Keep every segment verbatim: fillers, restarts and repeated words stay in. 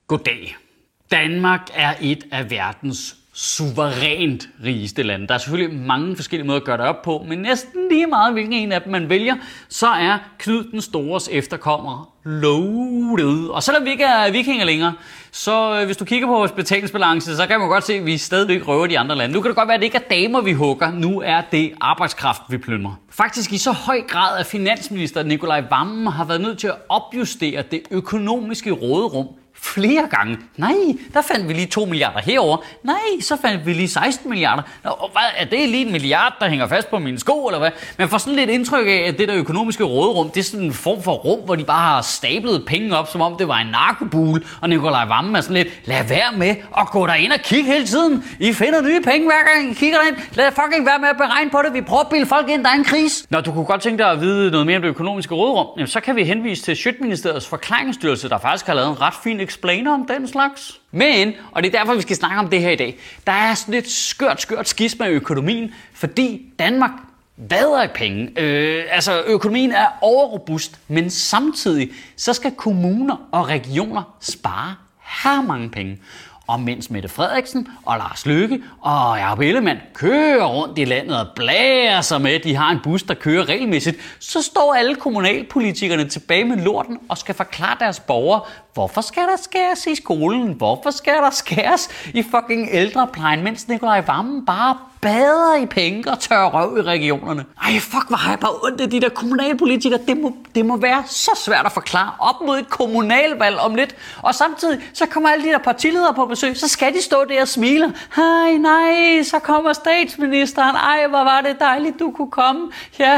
Goddag. Danmark er et af verdens suverænt rigeste lande. Der er selvfølgelig mange forskellige måder at gøre det op på, men næsten lige meget hvilken en af dem man vælger, så er Knud den Stores efterkommere loaded. Og selvom vi ikke er vikinger længere, så hvis du kigger på vores betalingsbalance, så kan man godt se, at vi stadigvæk røver de andre lande. Nu kan det godt være, at det ikke er damer, vi hugger. Nu er det arbejdskraft, vi plyndrer. Faktisk i så høj grad, at finansminister Nicolai Wammen har været nødt til at opjustere det økonomiske råderum flere gange. Nej, der fandt vi lige to milliarder herover. Nej, så fandt vi lige seksten milliarder. Nå, hvad, er det lige en milliard, der hænger fast på mine sko, eller hvad? Man får sådan lidt indtryk af, at det der økonomiske råderum, det er sådan en form for rum, hvor de bare har stablet penge op, som om det var en narkobule, og Nicolai Wammen er sådan lidt, lad være med at gå derind og kigge hele tiden. I finder nye penge hver gang I kigger derind. Lad fucking være med at beregne på det. Vi prøver at bilde folk ind, der er en krise. Når du kunne godt tænke dig at vide noget mere om det økonomiske råderum, jamen, så kan vi henvise til Sjøtministeriets forklaringsstyrelse, der faktisk har lavet en ret fin explainer om den slags. Men, og det er derfor, vi skal snakke om det her i dag, der er sådan et skørt, skørt skisma i økonomien, fordi Danmark vader i penge. Øh, altså, økonomien er overrobust, men samtidig så skal kommuner og regioner spare her mange penge. Og mens Mette Frederiksen og Lars Løkke og Jacob Ellemann kører rundt i landet og blærer sig med, at de har en bus, der kører regelmæssigt, så står alle kommunalpolitikerne tilbage med lorten og skal forklare deres borgere, hvorfor skal der skæres i skolen? Hvorfor skal der skæres i fucking ældreplejen, mens Nicolai Wammen bare bader i penge og tørrer røv i regionerne? Ej, fuck, hvor har jeg bare ondt af de der kommunalpolitikere. Det må, det må være så svært at forklare op mod et kommunalvalg om lidt. Og samtidig, så kommer alle de der partiledere på besøg, så skal de stå der og smile. Hej, nej, så kommer statsministeren. Ej, hvor var det dejligt, du kunne komme. Ja,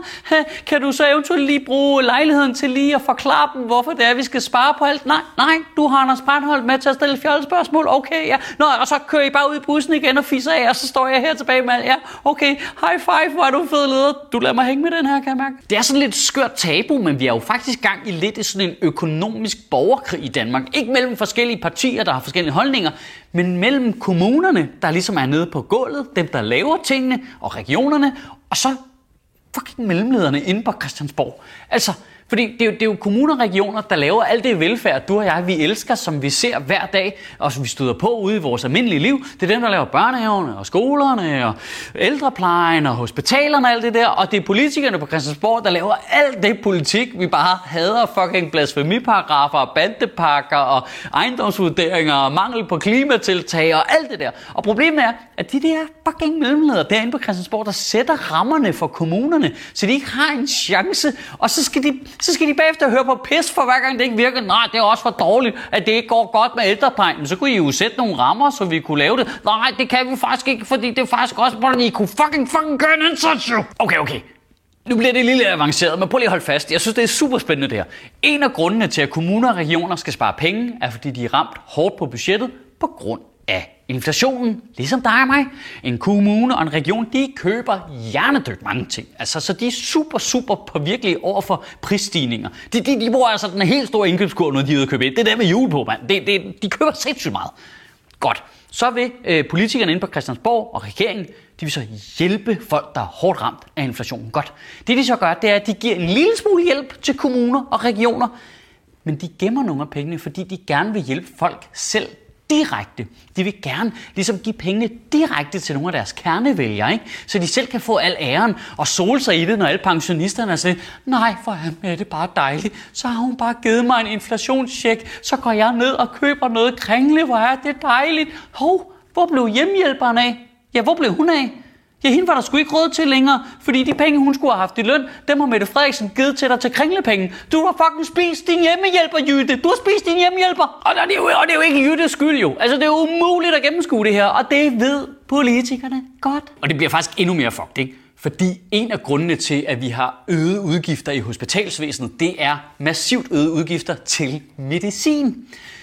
kan du så eventuelt lige bruge lejligheden til lige at forklare dem, hvorfor det er, vi skal spare på alt? Nej, nej, du har Anders Breinholt med til at stille fjoldspørgsmål. Okay, ja. Nå, og så kører I bare ud i bussen igen og fisser af, og så står jeg her tilbage med alt. Ja, okay, high five, hvor er du fed leder. Du lader mig hænge med den her, kan jeg mærke. Det er sådan lidt skørt tabu, men vi er jo faktisk gang i lidt i sådan en økonomisk borgerkrig i Danmark. Ikke mellem forskellige partier, der har forskellige holdninger, men mellem kommunerne, der ligesom er nede på gulvet, dem der laver tingene, og regionerne, og så fucking mellemlederne inde på Christiansborg. Altså, fordi det er, jo, det er jo kommuner og regioner, der laver alt det velfærd, du og jeg, vi elsker, som vi ser hver dag, og som vi støder på ude i vores almindelige liv. Det er dem, der laver børnehaverne og skolerne og ældreplejen og hospitalerne og alt det der. Og det er politikerne på Christiansborg, der laver alt det politik, vi bare hader. Fucking blasfemiparagrafer og bandepakker og ejendomsvurderinger og mangel på klimatiltag og alt det der. Og problemet er, at de der fucking mellemledere derinde på Christiansborg, der sætter rammerne for kommunerne, så de ikke har en chance, og så skal de Så skal de bagefter høre på pis for hver gang det ikke virker. Nej, det er også for dårligt, at det ikke går godt med ældreplejen. Men så kunne I jo sætte nogle rammer, så vi kunne lave det. Nej, det kan vi faktisk ikke, fordi det er faktisk også, hvor I kunne fucking fucking gøre en indsats jo. Okay, okay. Nu bliver det lidt avanceret, men prøv lige at holde fast. Jeg synes, det er super spændende det her. En af grundene til, at kommuner og regioner skal spare penge, er fordi de er ramt hårdt på budgettet på grund af inflationen, ligesom dig og mig. En kommune og en region, de køber hjernedødt mange ting. Altså, så de er super, super påvirkelige over for prisstigninger. De, de, de bruger altså den helt store indkøbskurve, når de er ude at købe ind. Det er der med jul på, mand. Det, det, de køber sindssygt meget. Godt. Så vil øh, politikerne inde på Christiansborg og regeringen, de vil så hjælpe folk, der er hårdt ramt af inflationen. Godt. Det de så gør, det er, at de giver en lille smule hjælp til kommuner og regioner, men de gemmer nogle af pengene, fordi de gerne vil hjælpe folk selv direkte. De vil gerne ligesom give pengene direkte til nogle af deres kernevælgere, ikke? Så de selv kan få al æren og sole sig i det, når alle pensionisterne er sådan, nej, for er det bare dejligt. Så har hun bare givet mig en inflationscheck, så går jeg ned og køber noget kringle, hvor er det dejligt. Hov, hvor blev hjemmehjælperen af? Ja, hvor blev hun af? Ja, hende var der sgu ikke råd til længere, fordi de penge, hun skulle have haft i løn, dem har Mette Frederiksen givet til dig til kringlepenge. Du har fucking spist din hjemmehjælper, Jytte. Du har spist din hjemmehjælper. Og det er jo, og det er jo ikke Jyttes skyld, jo. Altså, det er umuligt at gennemskue det her, og det ved politikerne godt. Og det bliver faktisk endnu mere fucked, ikke? Fordi en af grundene til, at vi har øgede udgifter i hospitalsvæsenet, det er massivt øgede udgifter til medicin.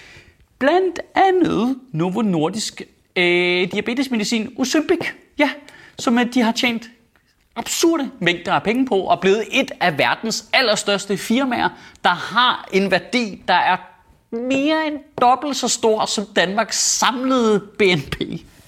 Blandt andet Novo Nordisk øh, diabetesmedicin Ozempic. Ja, som at de har tjent absurde mængder af penge på og blevet et af verdens allerstørste firmaer, der har en værdi, der er mere end dobbelt så stor som Danmarks samlede B N P.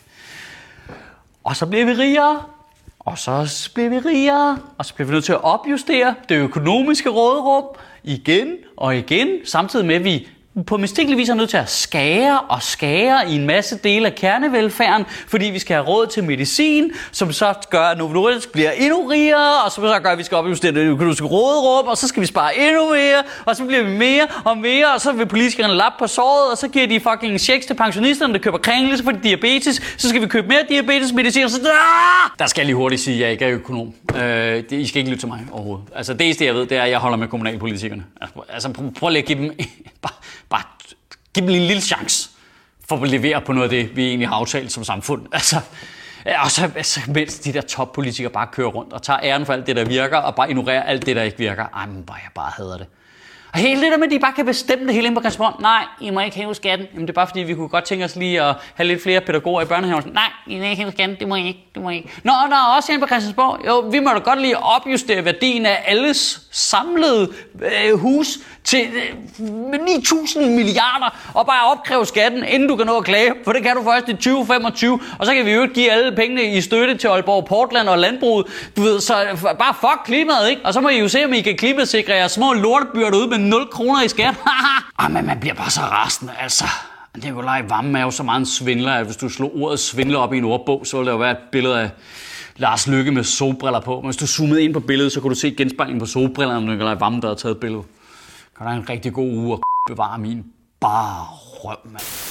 Og så bliver vi rigere, og så bliver vi rigere, og så bliver vi nødt til at opjustere det økonomiske råderum igen og igen, samtidig med at vi på mistænkelig vis er nødt til at skære og skære i en masse dele af kernevelfærden, fordi vi skal have råd til medicin, som så gør, at Novo Nordisk bliver endnu rigere, og som så gør, at vi skal opjustere det økonomiske råderum, og så skal vi spare endnu mere, og så bliver vi mere og mere, og så vil politikerne lappe på såret, og så giver de fucking checks til pensionisterne, der køber kringle, så får de diabetes, så skal vi købe mere diabetesmedicin, og så der skal jeg lige hurtigt sige, at jeg ikke er økonom. Øh, det, I skal ikke lytte til mig overhovedet. Altså det eneste, jeg ved, det er, at jeg holder med kommunalpolitikerne. Altså prøv, prøv lige at give dem, bare, bare give dem en lille chance for at levere på noget af det, vi egentlig har aftalt som samfund. Altså, og så altså, mens de der toppolitikere bare kører rundt og tager æren for alt det, der virker, og bare ignorerer alt det, der ikke virker. Ej, men bare, jeg bare hader det. Og hele det der med, at de bare kan bestemme det hele inde på Christiansborg. Nej, I må ikke hæve skatten. Jamen det er bare fordi, vi kunne godt tænke os lige at have lidt flere pædagoger i børnehaven. Nej, I må ikke hæve skatten. Det må I ikke. Det må I ikke. Nå, der er også inde på Christiansborg. Jo, vi må da godt lige opjustere værdien af alles samlede øh, hus til øh, ni tusind milliarder. Og bare opkræve skatten, inden du kan nå at klage. For det kan du først i tyve femogtyve. Og så kan vi jo give alle pengene i støtte til Aalborg Portland og landbruget. Du ved, så bare fuck klimaet, ikke? Og så må I jo se, om I kan klimasikre jer små lortebyer derude med nul kroner i skat. Ej, men man bliver bare så rasende, altså. Nikolaj Wammen er jo så meget en svindler, at hvis du slog ordet svindler op i en ordbog, så ville der jo være et billede af Lars Løkke med solbriller på. Men hvis du zoomede ind på billedet, så kunne du se genspejlingen på solbrillerne, når Nikolaj Wammen, der havde taget billedet. Kan du have en rigtig god uge og bevare min bare røv, mand.